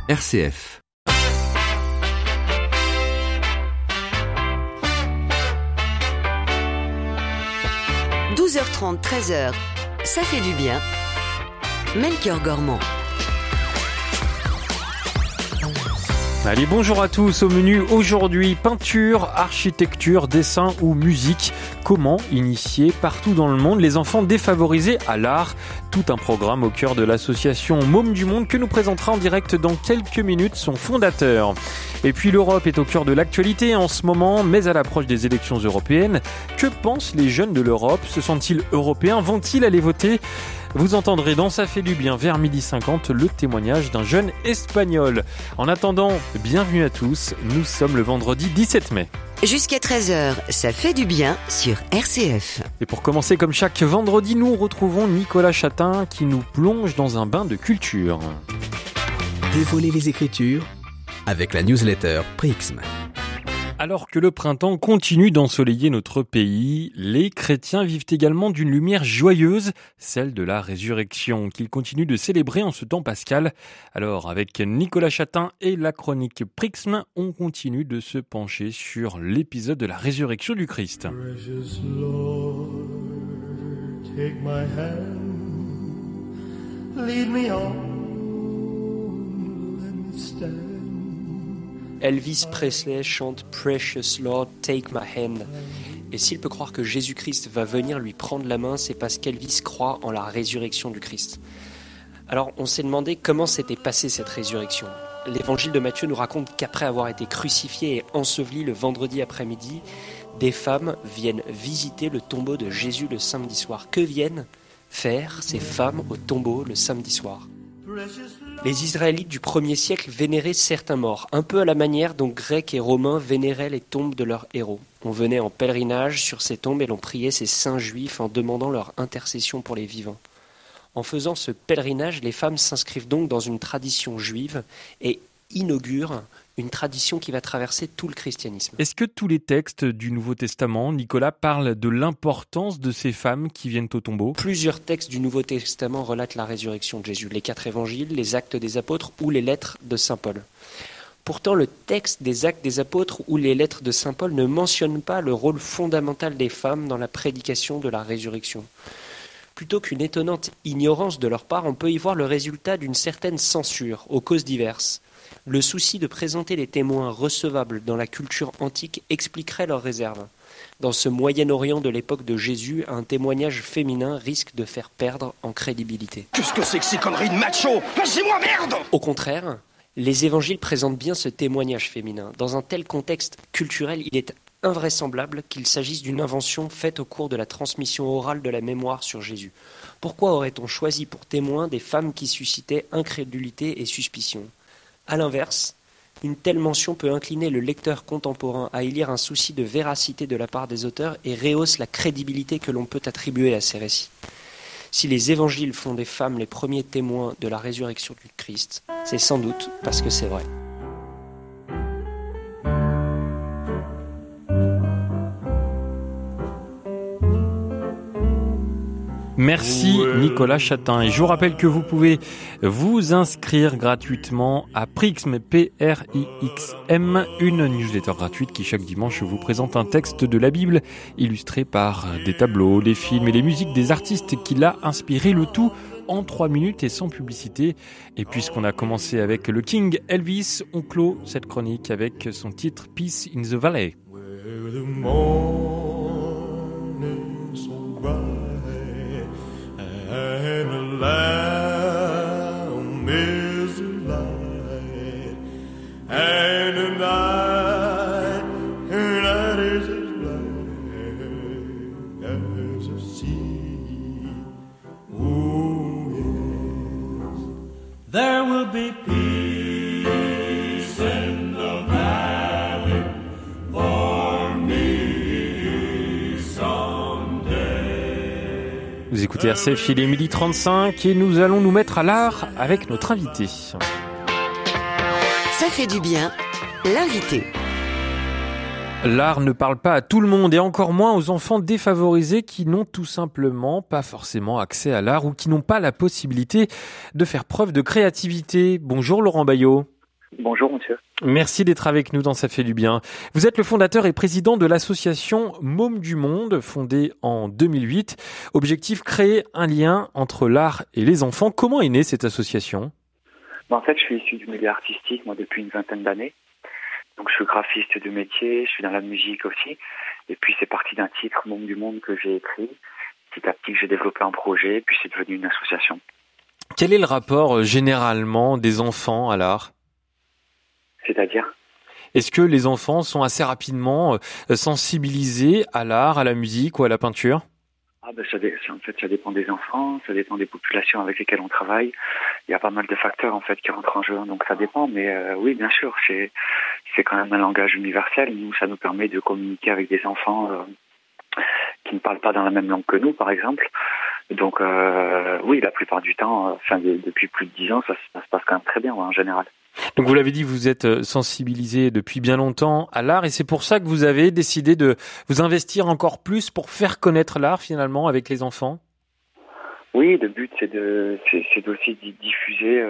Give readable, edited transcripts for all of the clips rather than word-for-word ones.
RCF. « 12h30, 13h, ça fait du bien. » Melchior Gormand. Allez, bonjour à tous. Au menu aujourd'hui, peinture, architecture, dessin ou musique. Comment initier partout dans le monde les enfants défavorisés à l'art? Tout un programme au cœur de l'association Mômes du Monde que nous présentera en direct dans quelques minutes son fondateur. Et puis l'Europe est au cœur de l'actualité en ce moment, mais à l'approche des élections européennes. Que pensent les jeunes de l'Europe? Se sentent-ils européens? Vont-ils aller voter? Vous entendrez dans Ça fait du bien vers 12h50 le témoignage d'un jeune espagnol. En attendant, bienvenue à tous, nous sommes le vendredi 17 mai. Jusqu'à 13h, ça fait du bien sur RCF. Et pour commencer, comme chaque vendredi, nous retrouvons Nicolas Chatin qui nous plonge dans un bain de culture. Dévoiler les Écritures avec la newsletter Prixm. Alors que le printemps continue d'ensoleiller notre pays, les chrétiens vivent également d'une lumière joyeuse, celle de la résurrection, qu'ils continuent de célébrer en ce temps pascal. Alors, avec Nicolas Chatin et la chronique Prixm, on continue de se pencher sur l'épisode de la résurrection du Christ. Precious Lord, take my hand, lead me on, let me stand. Elvis Presley chante Precious Lord, take my hand. Et s'il peut croire que Jésus-Christ va venir lui prendre la main, c'est parce qu'Elvis croit en la résurrection du Christ. Alors on s'est demandé comment s'était passée cette résurrection. L'évangile de Matthieu nous raconte qu'après avoir été crucifié et enseveli le vendredi après-midi, des femmes viennent visiter le tombeau de Jésus le samedi soir. Que viennent faire ces femmes au tombeau le samedi soir ? Les Israélites du 1er siècle vénéraient certains morts, un peu à la manière dont Grecs et Romains vénéraient les tombes de leurs héros. On venait en pèlerinage sur ces tombes et l'on priait ces saints juifs en demandant leur intercession pour les vivants. En faisant ce pèlerinage, les femmes s'inscrivent donc dans une tradition juive et inaugurent une tradition qui va traverser tout le christianisme. Est-ce que tous les textes du Nouveau Testament, Nicolas, parlent de l'importance de ces femmes qui viennent au tombeau? Plusieurs textes du Nouveau Testament relatent la résurrection de Jésus, les 4 évangiles, les actes des apôtres ou les lettres de saint Paul. Pourtant, le texte des actes des apôtres ou les lettres de saint Paul ne mentionne pas le rôle fondamental des femmes dans la prédication de la résurrection. Plutôt qu'une étonnante ignorance de leur part, on peut y voir le résultat d'une certaine censure aux causes diverses. Le souci de présenter les témoins recevables dans la culture antique expliquerait leurs réserves. Dans ce Moyen-Orient de l'époque de Jésus, un témoignage féminin risque de faire perdre en crédibilité. Qu'est-ce que c'est que ces conneries de macho? Lâchez-moi, merde! Au contraire, les évangiles présentent bien ce témoignage féminin. Dans un tel contexte culturel, il est invraisemblable qu'il s'agisse d'une invention faite au cours de la transmission orale de la mémoire sur Jésus. Pourquoi aurait-on choisi pour témoins des femmes qui suscitaient incrédulité et suspicion ? A l'inverse, une telle mention peut incliner le lecteur contemporain à y lire un souci de véracité de la part des auteurs et rehausse la crédibilité que l'on peut attribuer à ces récits. Si les évangiles font des femmes les premiers témoins de la résurrection du Christ, c'est sans doute parce que c'est vrai. Merci Nicolas Chatin. Et je vous rappelle que vous pouvez vous inscrire gratuitement à Prixm, Prixm, une newsletter gratuite qui chaque dimanche vous présente un texte de la Bible illustré par des tableaux, les films et les musiques des artistes qui l'a inspiré, le tout en 3 minutes et sans publicité. Et puisqu'on a commencé avec le King Elvis, on clôt cette chronique avec son titre Peace in the Valley. Where the morning so bright and the lamb is light and the night is as black as a sea. Oh yes, there will be peace in the valley for me someday. Vous écoutez RCF, il est 12h35 et nous allons nous mettre à l'art avec notre invité. Ça fait du bien, l'invité. L'art ne parle pas à tout le monde et encore moins aux enfants défavorisés qui n'ont tout simplement pas forcément accès à l'art ou qui n'ont pas la possibilité de faire preuve de créativité. Bonjour Laurent Baillot. Bonjour monsieur. Merci d'être avec nous dans Ça fait du bien. Vous êtes le fondateur et président de l'association Mômes du Monde, fondée en 2008. Objectif, créer un lien entre l'art et les enfants. Comment est née cette association ? En fait, je suis issu du milieu artistique, moi, depuis une vingtaine d'années. Donc, je suis graphiste de métier, je suis dans la musique aussi. Et puis, c'est parti d'un titre, Mômes du Monde, que j'ai écrit. Petit à petit, que j'ai développé un projet, puis c'est devenu une association. Quel est le rapport, généralement, des enfants à l'art ? C'est-à-dire ? Est-ce que les enfants sont assez rapidement sensibilisés à l'art, à la musique ou à la peinture ? En fait, ça dépend des enfants, ça dépend des populations avec lesquelles on travaille. Il y a pas mal de facteurs en fait qui rentrent en jeu, donc ça dépend. Mais oui, bien sûr, c'est quand même un langage universel. Nous, ça nous permet de communiquer avec des enfants qui ne parlent pas dans la même langue que nous, par exemple. Donc oui, la plupart du temps, depuis plus de 10 ans, ça se passe quand même très bien, ouais, en général. Donc vous l'avez dit, vous êtes sensibilisé depuis bien longtemps à l'art et c'est pour ça que vous avez décidé de vous investir encore plus pour faire connaître l'art finalement avec les enfants ? Oui, le but c'est aussi d'y diffuser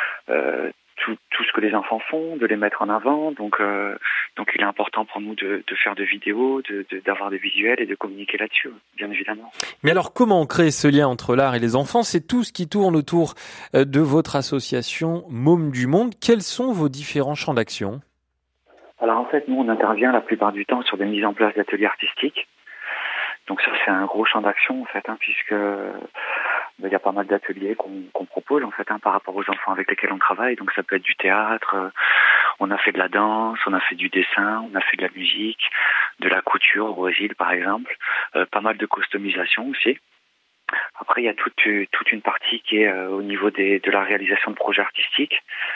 tout ce que les enfants font, de les mettre en avant. Donc il est important pour nous de faire de vidéos, d'avoir des visuels et de communiquer là-dessus, bien évidemment. Mais alors comment créer ce lien entre l'art et les enfants ? C'est tout ce qui tourne autour de votre association Mômes du Monde. Quels sont vos différents champs d'action ? Alors en fait, nous on intervient la plupart du temps sur des mises en place d'ateliers artistiques. Donc ça c'est un gros champ d'action en fait, puisque il y a pas mal d'ateliers qu'on propose en fait par rapport aux enfants avec lesquels on travaille. Donc ça peut être du théâtre, on a fait de la danse, on a fait du dessin, on a fait de la musique, de la couture au Brésil par exemple, pas mal de customisation aussi. Après il y a toute une partie qui est au niveau de la réalisation de projets artistiques.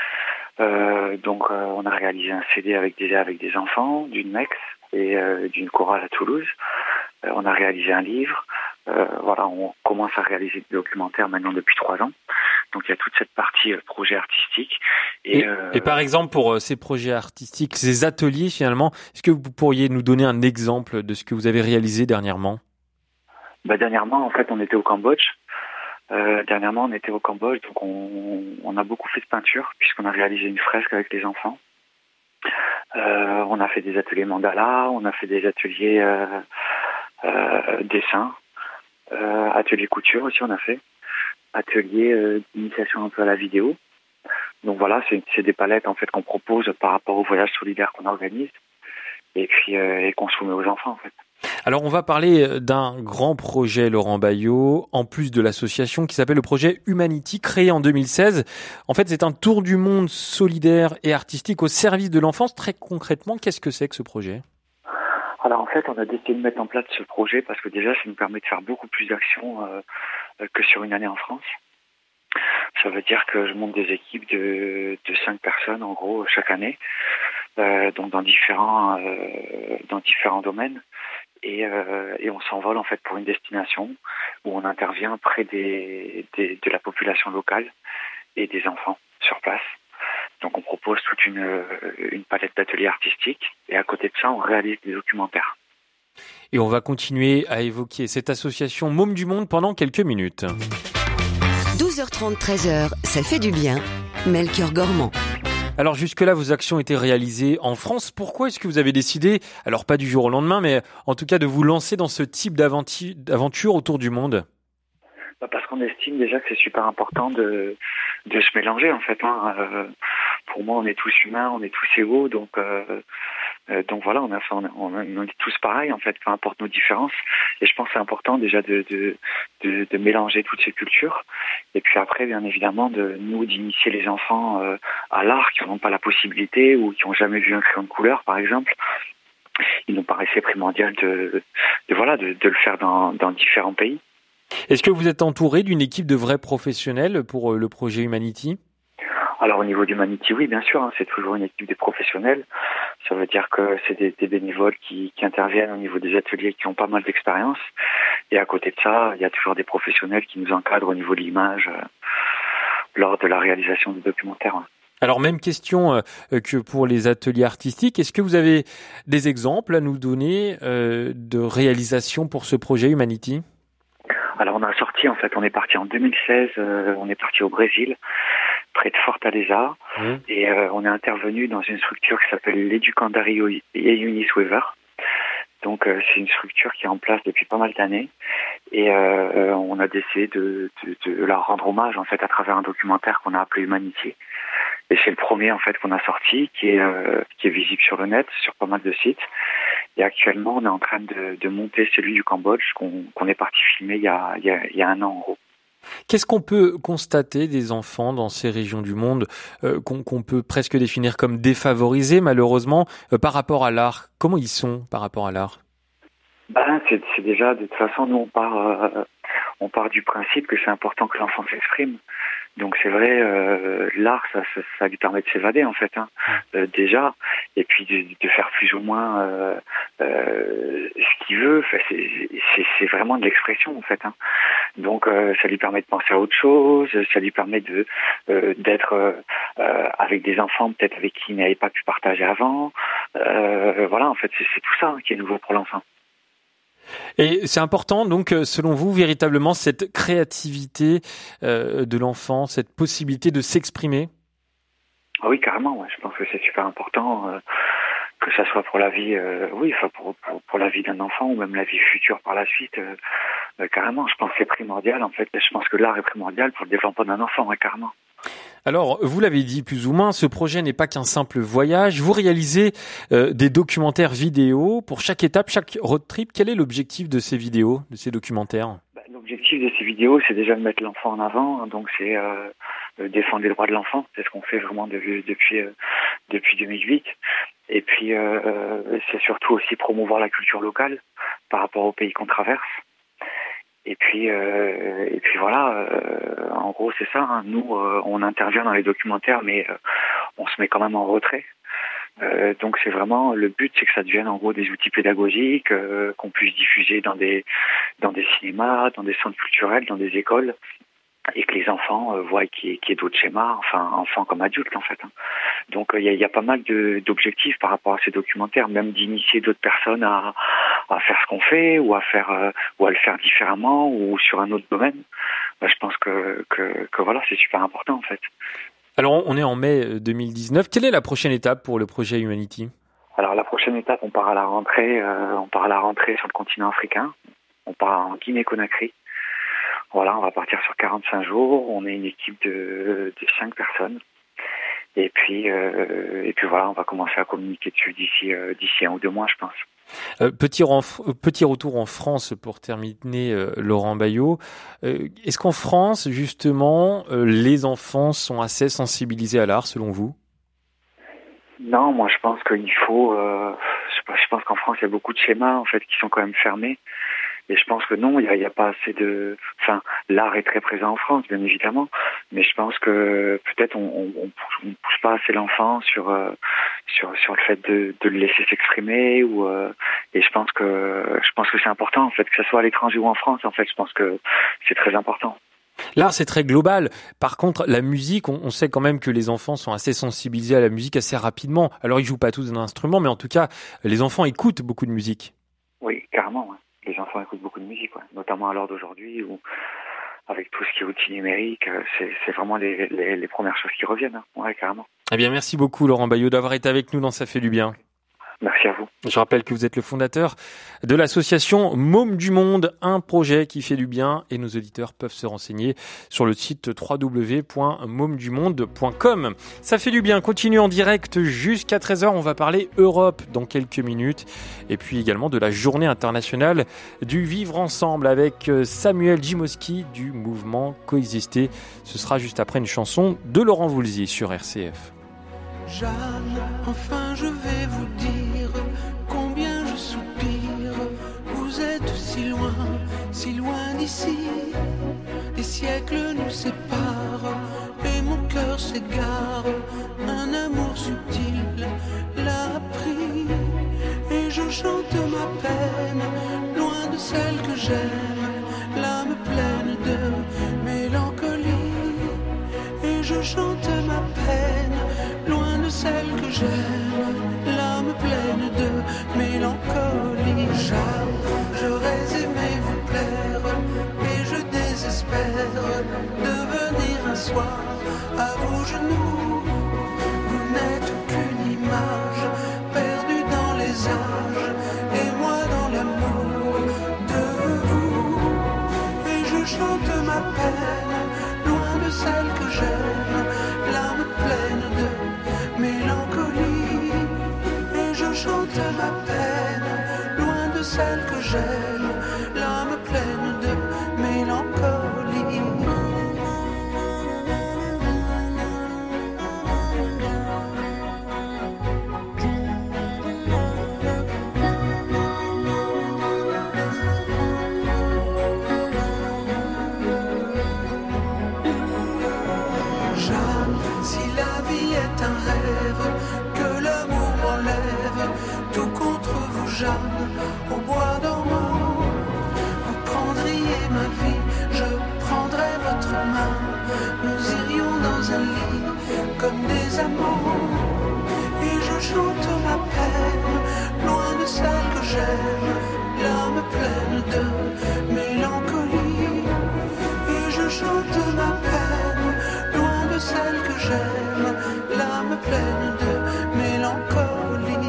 Donc on a réalisé un CD avec des enfants, d'une MEX et d'une chorale à Toulouse. On a réalisé un livre. On commence à réaliser des documentaires maintenant depuis 3 ans. Donc il y a toute cette partie projet artistique. Et par exemple pour ces projets artistiques, ces ateliers finalement, est-ce que vous pourriez nous donner un exemple de ce que vous avez réalisé dernièrement ? Dernièrement, en fait, on était au Cambodge. Donc on a beaucoup fait de peinture puisqu'on a réalisé une fresque avec les enfants. On a fait des ateliers mandala, on a fait des ateliers dessin, atelier couture aussi on a fait, atelier d'initiation un peu à la vidéo. Donc voilà, c'est des palettes en fait qu'on propose par rapport au voyage solidaire qu'on organise et puis et qu'on soumet aux enfants en fait. Alors on va parler d'un grand projet Laurent Baillot, en plus de l'association qui s'appelle le projet Humanity, créé en 2016. En fait c'est un tour du monde solidaire et artistique au service de l'enfance. Très concrètement, qu'est-ce que c'est que ce projet ? Alors en fait, on a décidé de mettre en place ce projet parce que déjà, ça nous permet de faire beaucoup plus d'actions que sur une année en France. Ça veut dire que je monte des équipes de 5 personnes en gros chaque année, donc dans différents domaines, et on s'envole en fait pour une destination où on intervient près de la population locale et des enfants sur place. Donc on propose toute une palette d'ateliers artistiques et à côté de ça, on réalise des documentaires. Et on va continuer à évoquer cette association Mômes du Monde pendant quelques minutes. 12h30, 13h, ça fait du bien. Melchior Gormand. Alors jusque-là, vos actions étaient réalisées en France. Pourquoi est-ce que vous avez décidé, alors pas du jour au lendemain, mais en tout cas de vous lancer dans ce type d'aventure autour du monde ? Parce qu'on estime déjà que c'est super important de se mélanger en fait. Pour moi, on est tous humains, on est tous égaux, donc voilà, on est tous pareils en fait, peu importe nos différences. Et je pense que c'est important déjà de mélanger toutes ces cultures. Et puis après, bien évidemment, d'initier les enfants à l'art qui n'ont pas la possibilité ou qui n'ont jamais vu un crayon de couleur, par exemple. Il nous paraissait primordial de le faire dans différents pays. Est-ce que vous êtes entouré d'une équipe de vrais professionnels pour le projet Humanity ? Alors au niveau d'Humanity, oui, bien sûr, c'est toujours une équipe de professionnels. Ça veut dire que c'est des bénévoles qui interviennent au niveau des ateliers qui ont pas mal d'expérience. Et à côté de ça, il y a toujours des professionnels qui nous encadrent au niveau de l'image lors de la réalisation du documentaire. Alors même question que pour les ateliers artistiques, est-ce que vous avez des exemples à nous donner de réalisation pour ce projet Humanity ? Alors on est parti en 2016, on est parti au Brésil près de Fortaleza. Et on est intervenu dans une structure qui s'appelle l'Educandari Eunice Weaver. Donc c'est une structure qui est en place depuis pas mal d'années et on a décidé de leur rendre hommage en fait à travers un documentaire qu'on a appelé Humanité. Et c'est le premier en fait qu'on a sorti qui est visible sur le net, sur pas mal de sites. Et actuellement on est en train de monter celui du Cambodge qu'on est parti filmer il y a un an en gros. Qu'est-ce qu'on peut constater des enfants dans ces régions du monde qu'on peut presque définir comme défavorisés malheureusement par rapport à l'art? Comment ils sont par rapport à l'art? C'est déjà, de toute façon, nous on part du principe que c'est important que l'enfant s'exprime. Donc c'est vrai, l'art, ça lui permet de s'évader en fait, déjà, et puis de faire plus ou moins ce qu'il veut. Enfin, c'est vraiment de l'expression en fait. Donc ça lui permet de penser à autre chose, ça lui permet d'être avec des enfants peut-être avec qui il n'avait pas pu partager avant. Voilà, en fait, c'est tout ça qui est nouveau pour l'enfant. Et c'est important, donc, selon vous, véritablement, cette créativité de l'enfant, cette possibilité de s'exprimer? Ah oui, carrément. Ouais. Je pense que c'est super important, que ça soit pour la vie, pour la vie d'un enfant ou même la vie future par la suite. Carrément, je pense que c'est primordial. En fait, je pense que l'art est primordial pour le développement d'un enfant, carrément. Alors, vous l'avez dit plus ou moins, ce projet n'est pas qu'un simple voyage. Vous réalisez des documentaires vidéo pour chaque étape, chaque road trip. Quel est l'objectif de ces vidéos, de ces documentaires? L'objectif de ces vidéos, c'est déjà de mettre l'enfant en avant. Donc, c'est défendre les droits de l'enfant. C'est ce qu'on fait vraiment depuis 2008. Et puis, c'est surtout aussi promouvoir la culture locale par rapport au pays qu'on traverse. Et puis voilà, en gros c'est ça. Nous, on intervient dans les documentaires, mais on se met quand même en retrait. Donc c'est vraiment le but, c'est que ça devienne en gros des outils pédagogiques qu'on puisse diffuser dans des cinémas, dans des centres culturels, dans des écoles, et que les enfants voient qu'il y ait d'autres schémas, enfin enfants comme adultes en fait. Donc il y a pas mal d'objectifs par rapport à ces documentaires, même d'initier d'autres personnes à faire ce qu'on fait ou à le faire différemment ou sur un autre domaine. Je pense que voilà, c'est super important en fait. Alors on est en mai 2019. Quelle est la prochaine étape pour le projet Humanity? Alors la prochaine étape, on part à la rentrée sur le continent africain. On part en Guinée-Conakry. Voilà, on va partir sur 45 jours. On est une équipe de 5 personnes. Et puis voilà, on va commencer à communiquer dessus d'ici 1 ou 2 mois, je pense. Petit retour en France pour terminer, Laurent Baillot. Est-ce qu'en France, justement, les enfants sont assez sensibilisés à l'art, selon vous? Non, moi je pense qu'il faut. Je pense qu'en France, il y a beaucoup de schémas en fait qui sont quand même fermés. Et je pense que non, il y a pas assez de. Enfin, l'art est très présent en France, bien évidemment, mais je pense que peut-être on pousse pas assez l'enfant sur le fait de le laisser s'exprimer et je pense que c'est important en fait, que ce soit à l'étranger ou en France. En fait, je pense que c'est très important. L'art, c'est très global. Par contre, la musique, on sait quand même que les enfants sont assez sensibilisés à la musique assez rapidement. Alors, ils jouent pas tous d'un instrument, mais en tout cas, les enfants écoutent beaucoup de musique. Oui, carrément. Ouais. Les enfants écoutent beaucoup de musique, notamment à l'heure d'aujourd'hui où, avec tout ce qui est outils numériques, c'est vraiment les premières choses qui reviennent. Ouais, carrément. Eh bien, merci beaucoup, Laurent Baillot, d'avoir été avec nous dans Ça fait du bien. Merci à vous. Je rappelle que vous êtes le fondateur de l'association Mômes du Monde, un projet qui fait du bien, et nos auditeurs peuvent se renseigner sur le site www.mômesdumonde.com. Ça fait du bien, continue en direct jusqu'à 13h, on va parler Europe dans quelques minutes, et puis également de la journée internationale du vivre ensemble avec Samuel Jimoski du mouvement Coexister. Ce sera juste après une chanson de Laurent Voulzy sur RCF. Jeanne, enfin je vais vous dire combien je soupire. Vous êtes si loin d'ici. Les siècles nous séparent et mon cœur s'égare. Un amour subtil l'a pris et je chante ma peine loin de celle que j'aime. L'âme pleine de mélancolie et je chante ma peine loin de celle que j'aime, l'âme pleine de mélancolie. Jeanne, j'aurais aimé vous plaire, mais je désespère devenir un m'asseoir à vos genoux. Vous n'êtes qu'une image perdue dans les âges, et moi dans l'amour de vous. Et je chante ma peine, loin de celle que j'aime, l'âme pleine de mélancolie. Et je chante ma peine, loin de celle que j'aime, l'âme pleine de mélancolie. Jeanne, si la vie est un rêve, que l'amour m'enlève, tout contre vous Jeanne, au bois dormant. Vous prendriez ma vie, je prendrais votre main. Nous irions dans un lit comme des amants. Et je chante ma peine, loin de celle que j'aime, l'âme pleine de mélancolie. Et je chante ma peine, loin de celle que j'aime, l'âme pleine de mélancolie.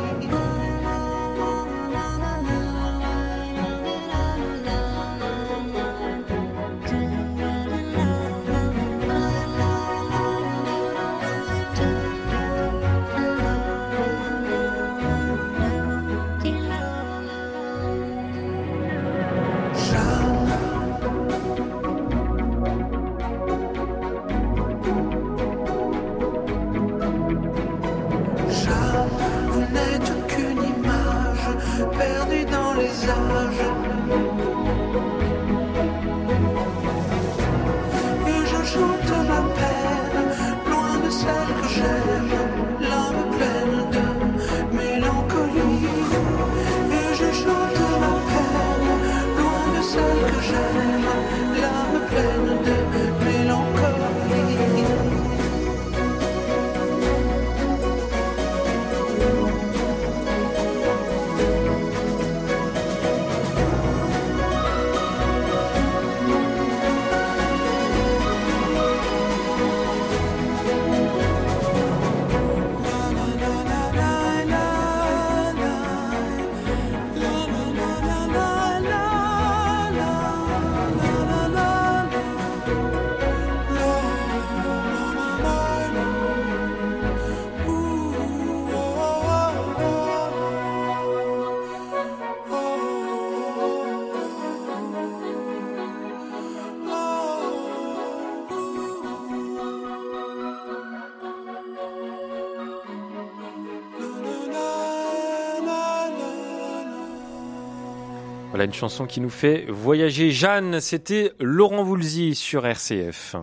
Vous n'êtes qu'une image perdue dans les âges. Et je chante ma peine, loin de celle que j'aime, l'âme pleine de mélancolie. Et je chante ma peine, loin de celle que j'aime, l'âme pleine de mélancolie. Voilà une chanson qui nous fait voyager. Jeanne, c'était Laurent Voulzy sur RCF.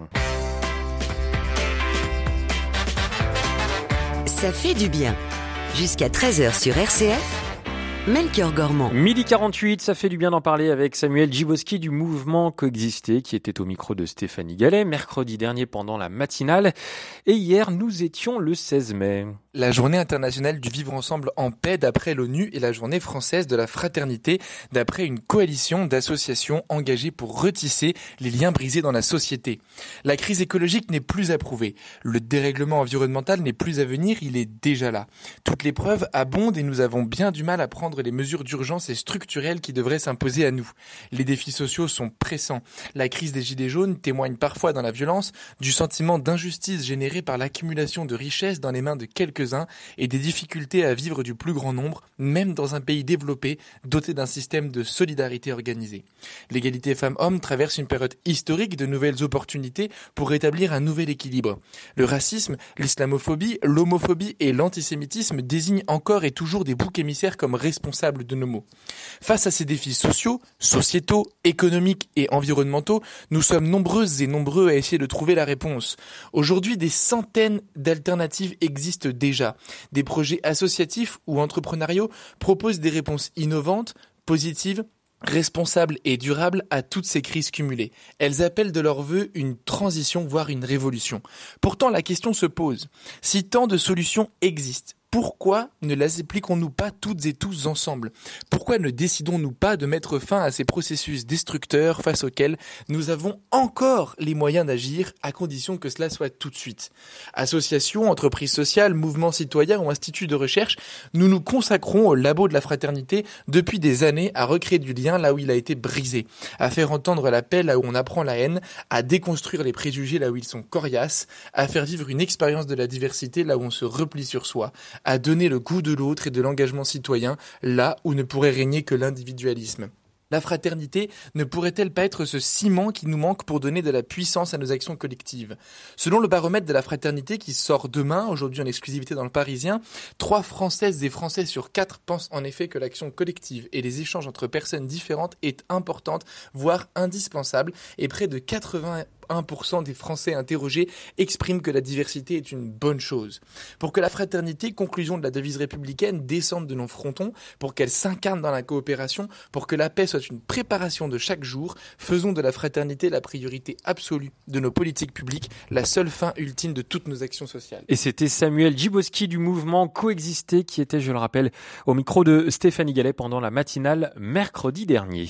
Ça fait du bien. Jusqu'à 13h sur RCF, Melchior Gormand. 12h48, ça fait du bien d'en parler avec Samuel Djiboski du mouvement Coexister qui était au micro de Stéphanie Gallet mercredi dernier pendant la matinale. Et hier, nous étions le 16 mai. La journée internationale du vivre ensemble en paix d'après l'ONU et la journée française de la fraternité d'après une coalition d'associations engagées pour retisser les liens brisés dans la société. La crise écologique n'est plus approuvée. Le dérèglement environnemental n'est plus à venir, il est déjà là. Toutes les preuves abondent et nous avons bien du mal à prendre les mesures d'urgence et structurelles qui devraient s'imposer à nous. Les défis sociaux sont pressants. La crise des gilets jaunes témoigne parfois dans la violence du sentiment d'injustice généré par l'accumulation de richesses dans les mains de quelques-uns et des difficultés à vivre du plus grand nombre, même dans un pays développé, doté d'un système de solidarité organisée. L'égalité femmes-hommes traverse une période historique de nouvelles opportunités pour rétablir un nouvel équilibre. Le racisme, l'islamophobie, l'homophobie et l'antisémitisme désignent encore et toujours des boucs émissaires comme responsables de nos maux. Face à ces défis sociaux, sociétaux, économiques et environnementaux, nous sommes nombreuses et nombreux à essayer de trouver la réponse. Aujourd'hui, des centaines d'alternatives existent déjà. Des projets associatifs ou entrepreneuriaux proposent des réponses innovantes, positives, responsables et durables à toutes ces crises cumulées. Elles appellent de leur vœu une transition, voire une révolution. Pourtant, la question se pose. Si tant de solutions existent, Pourquoi ne les appliquons-nous pas toutes et tous ensemble ? Pourquoi ne décidons-nous pas de mettre fin à ces processus destructeurs face auxquels nous avons encore les moyens d'agir, à condition que cela soit tout de suite ? Associations, entreprises sociales, mouvements citoyens ou instituts de recherche, nous nous consacrons au labo de la fraternité depuis des années à recréer du lien là où il a été brisé, à faire entendre la paix là où on apprend la haine, à déconstruire les préjugés là où ils sont coriaces, à faire vivre une expérience de la diversité là où on se replie sur soi, à donner le goût de l'autre et de l'engagement citoyen là où ne pourrait régner que l'individualisme. La fraternité ne pourrait-elle pas être ce ciment qui nous manque pour donner de la puissance à nos actions collectives ? Selon le baromètre de la fraternité qui sort demain, aujourd'hui en exclusivité dans le Parisien, 3 Françaises et Français sur 4 pensent en effet que l'action collective et les échanges entre personnes différentes est importante, voire indispensable, et près de 81% des Français interrogés expriment que la diversité est une bonne chose. Pour que la fraternité, conclusion de la devise républicaine, descende de nos frontons, pour qu'elle s'incarne dans la coopération, pour que la paix soit une préparation de chaque jour, faisons de la fraternité la priorité absolue de nos politiques publiques, la seule fin ultime de toutes nos actions sociales. Et c'était Samuel Djiboski du mouvement Coexister qui était, je le rappelle, au micro de Stéphanie Gallet pendant la matinale mercredi dernier.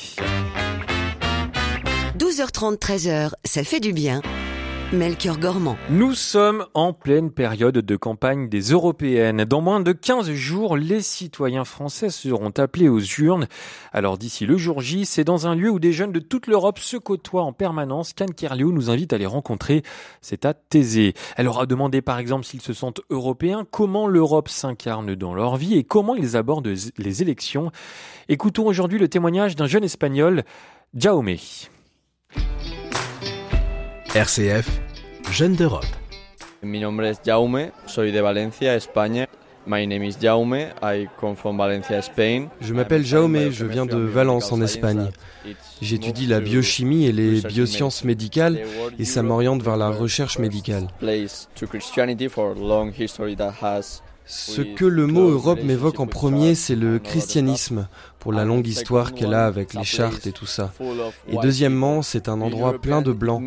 12h30, 13h, ça fait du bien. Melchior Gormand. Nous sommes en pleine période de campagne des européennes. Dans moins de 15 jours, les citoyens français seront appelés aux urnes. Alors d'ici le jour J, c'est dans un lieu où des jeunes de toute l'Europe se côtoient en permanence qu'Anne Kerléo nous invite à les rencontrer. C'est à Thésée. Elle leur a demandé par exemple s'ils se sentent européens, comment l'Europe s'incarne dans leur vie et comment ils abordent les élections. Écoutons aujourd'hui le témoignage d'un jeune Espagnol, Jaume. RCF, Jeunes d'Europe. Mi nombre es Jaume, soy de Valencia, España. My name is Jaume, I come from Valencia, Spain. Je m'appelle Jaume, je viens de Valence en Espagne. J'étudie la biochimie et les biosciences médicales et ça m'oriente vers la recherche médicale. Ce que le mot Europe m'évoque en premier, c'est le christianisme, pour la longue histoire qu'elle a avec les chartes et tout ça. Et deuxièmement, c'est un endroit plein de blancs.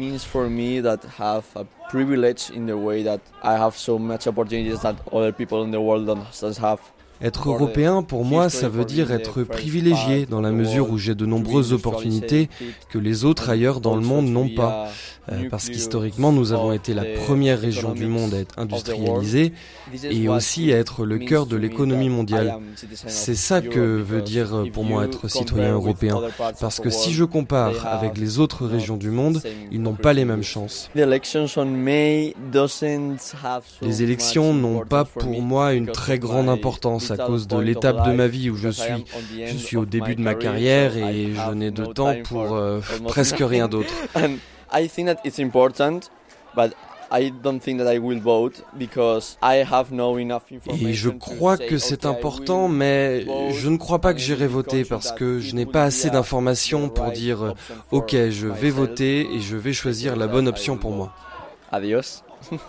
Être européen, pour moi, ça veut dire être privilégié dans la mesure où j'ai de nombreuses opportunités que les autres ailleurs dans le monde n'ont pas. Parce qu'historiquement, nous avons été la première région du monde à être industrialisée et aussi à être le cœur de l'économie mondiale. C'est ça que veut dire pour moi être citoyen européen. Parce que si je compare avec les autres régions du monde, ils n'ont pas les mêmes chances. Les élections n'ont pas pour moi une très grande importance à cause de l'étape de ma vie où je suis. Je suis au début de ma carrière et je n'ai de temps pour presque rien d'autre. I think that it's important, but I don't think that I will vote because I have no enough information. Et je crois que c'est important, mais je ne crois pas que j'irai voter parce que je n'ai pas assez d'informations pour dire « Ok, je vais voter et je vais choisir la bonne option pour moi ». Adios.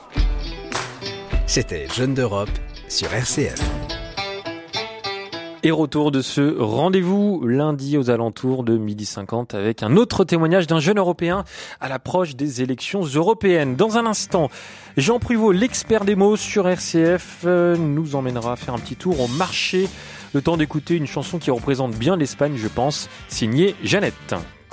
C'était Jeunes d'Europe sur RCF. Et retour de ce rendez-vous lundi aux alentours de 12h50 avec un autre témoignage d'un jeune Européen à l'approche des élections européennes. Dans un instant, Jean Pruvot, l'expert des mots sur RCF, nous emmènera faire un petit tour au marché. Le temps d'écouter une chanson qui représente bien l'Espagne, je pense, signée Jeannette.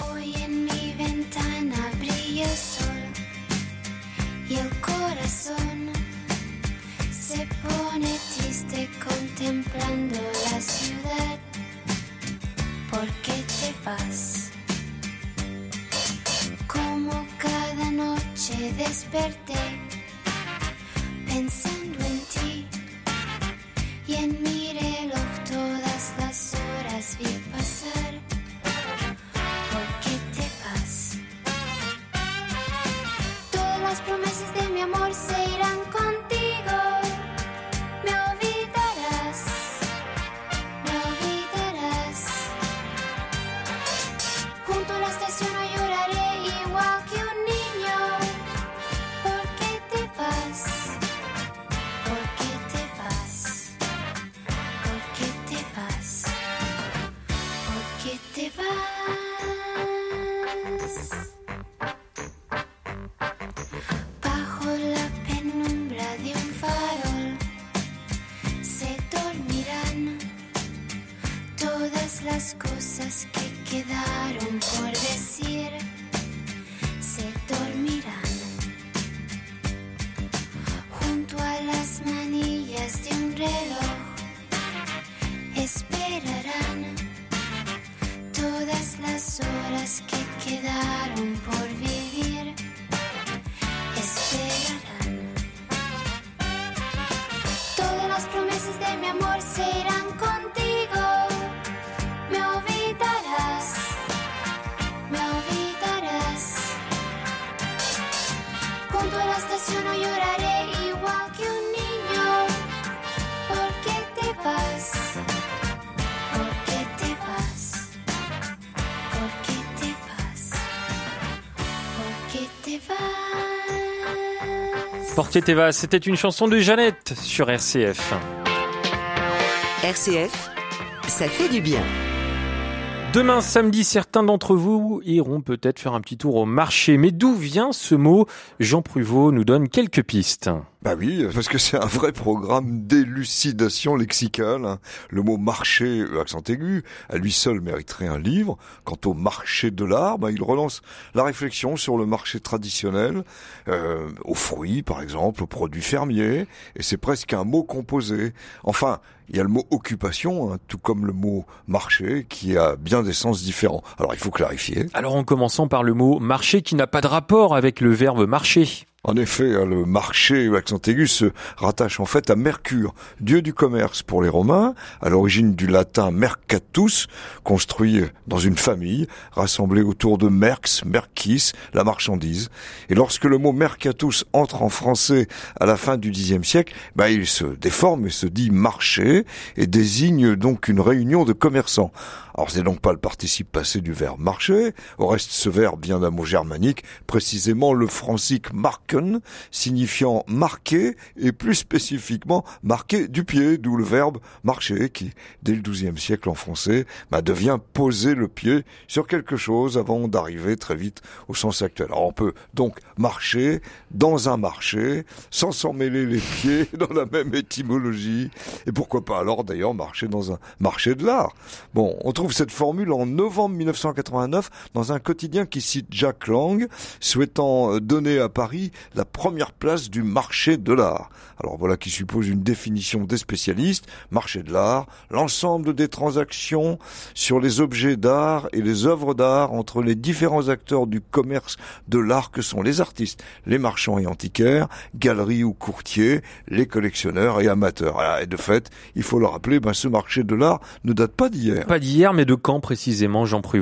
Desperté pensando en ti y en mi reloj todas las horas vi pasar. ¿Por qué te vas? Todas las promesas de mi amor se irán contigo. Me olvidarás, me olvidarás. Junto a la estación no lloraré igual que un niño. ¿Por qué te vas? ¿Por qué te vas? quedaron por decir se dormirán junto a las manillas de un reloj. Esperarán todas las horas que quedaron por vivir. Esperarán. Todas las promesas de mi amor se irán contigo. Me olvidarás, me olvidarás. Junto a la estación no lloraré igual que un niño. ¿Por qué te vas? ¿Por qué te vas? ¿Por qué te vas? ¿Por qué te vas? Porque te vas, c'était une chanson de Jeannette sur RCF. RCF, ça fait du bien. Demain samedi, certains d'entre vous iront peut-être faire un petit tour au marché. Mais d'où vient ce mot ? Jean Pruvot nous donne quelques pistes. Bah oui, parce que c'est un vrai programme d'élucidation lexicale. Le mot marché, accent aigu, à lui seul mériterait un livre. Quant au marché de l'art, il relance la réflexion sur le marché traditionnel, aux fruits par exemple, aux produits fermiers, et c'est presque un mot composé. Enfin, il y a le mot occupation, tout comme le mot marché, qui a bien des sens différents. Alors il faut clarifier. Alors en commençant par le mot marché qui n'a pas de rapport avec le verbe marcher. En effet, le marché, l'accent aigu, se rattache en fait à Mercure, dieu du commerce pour les Romains, à l'origine du latin mercatus, construit dans une famille, rassemblée autour de merx, mercis, la marchandise. Et lorsque le mot mercatus entre en français à la fin du Xe siècle, il se déforme et se dit marché, et désigne donc une réunion de commerçants. Alors c'est donc pas le participe passé du verbe marcher, au reste ce verbe vient d'un mot germanique, précisément le francique marken, signifiant marquer, et plus spécifiquement marquer du pied, d'où le verbe marcher, qui dès le XIIe siècle en français devient poser le pied sur quelque chose avant d'arriver très vite au sens actuel. Alors on peut donc marcher dans un marché, sans s'en mêler les pieds, dans la même étymologie, et pourquoi pas alors d'ailleurs marcher dans un marché de l'art. Bon, on trouve cette formule en novembre 1989 dans un quotidien qui cite Jack Lang, souhaitant donner à Paris la première place du marché de l'art. Alors voilà qui suppose une définition des spécialistes. Marché de l'art, l'ensemble des transactions sur les objets d'art et les œuvres d'art entre les différents acteurs du commerce de l'art que sont les artistes, les marchands et antiquaires, galeries ou courtiers, les collectionneurs et amateurs. Et de fait, il faut le rappeler, ce marché de l'art ne date pas d'hier. Pas d'hier, mais de quand précisément, Jean Pruvot ?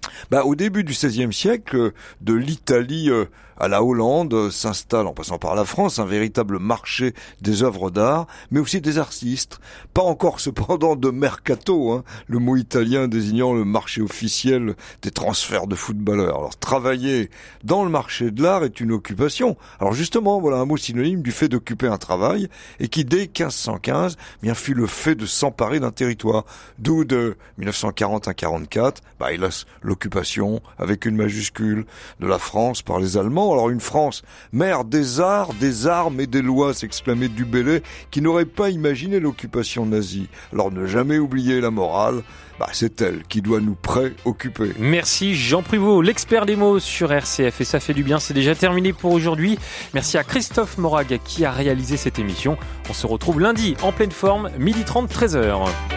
Au début du XVIe siècle, de l'Italie à la Hollande s'installe, en passant par la France, un véritable marché des œuvres d'art, mais aussi des artistes. Pas encore cependant de mercato, le mot italien désignant le marché officiel des transferts de footballeurs. Alors travailler dans le marché de l'art est une occupation. Alors justement, voilà un mot synonyme du fait d'occuper un travail, et qui dès 1515 fut le fait de s'emparer d'un territoire. D'où de 1940 à 44, hélas, l'occupation, avec une majuscule, de la France par les Allemands. Alors une France, mère des arts, des armes et des lois, s'exclamait Du Bellay, qui n'aurait pas imaginé l'occupation nazie. Alors ne jamais oublier la morale, c'est elle qui doit nous préoccuper. Merci Jean Pruvot, l'expert des mots sur RCF, et ça fait du bien, c'est déjà terminé pour aujourd'hui. Merci à Christophe Morag qui a réalisé cette émission. On se retrouve lundi en pleine forme, 12h30, 13h.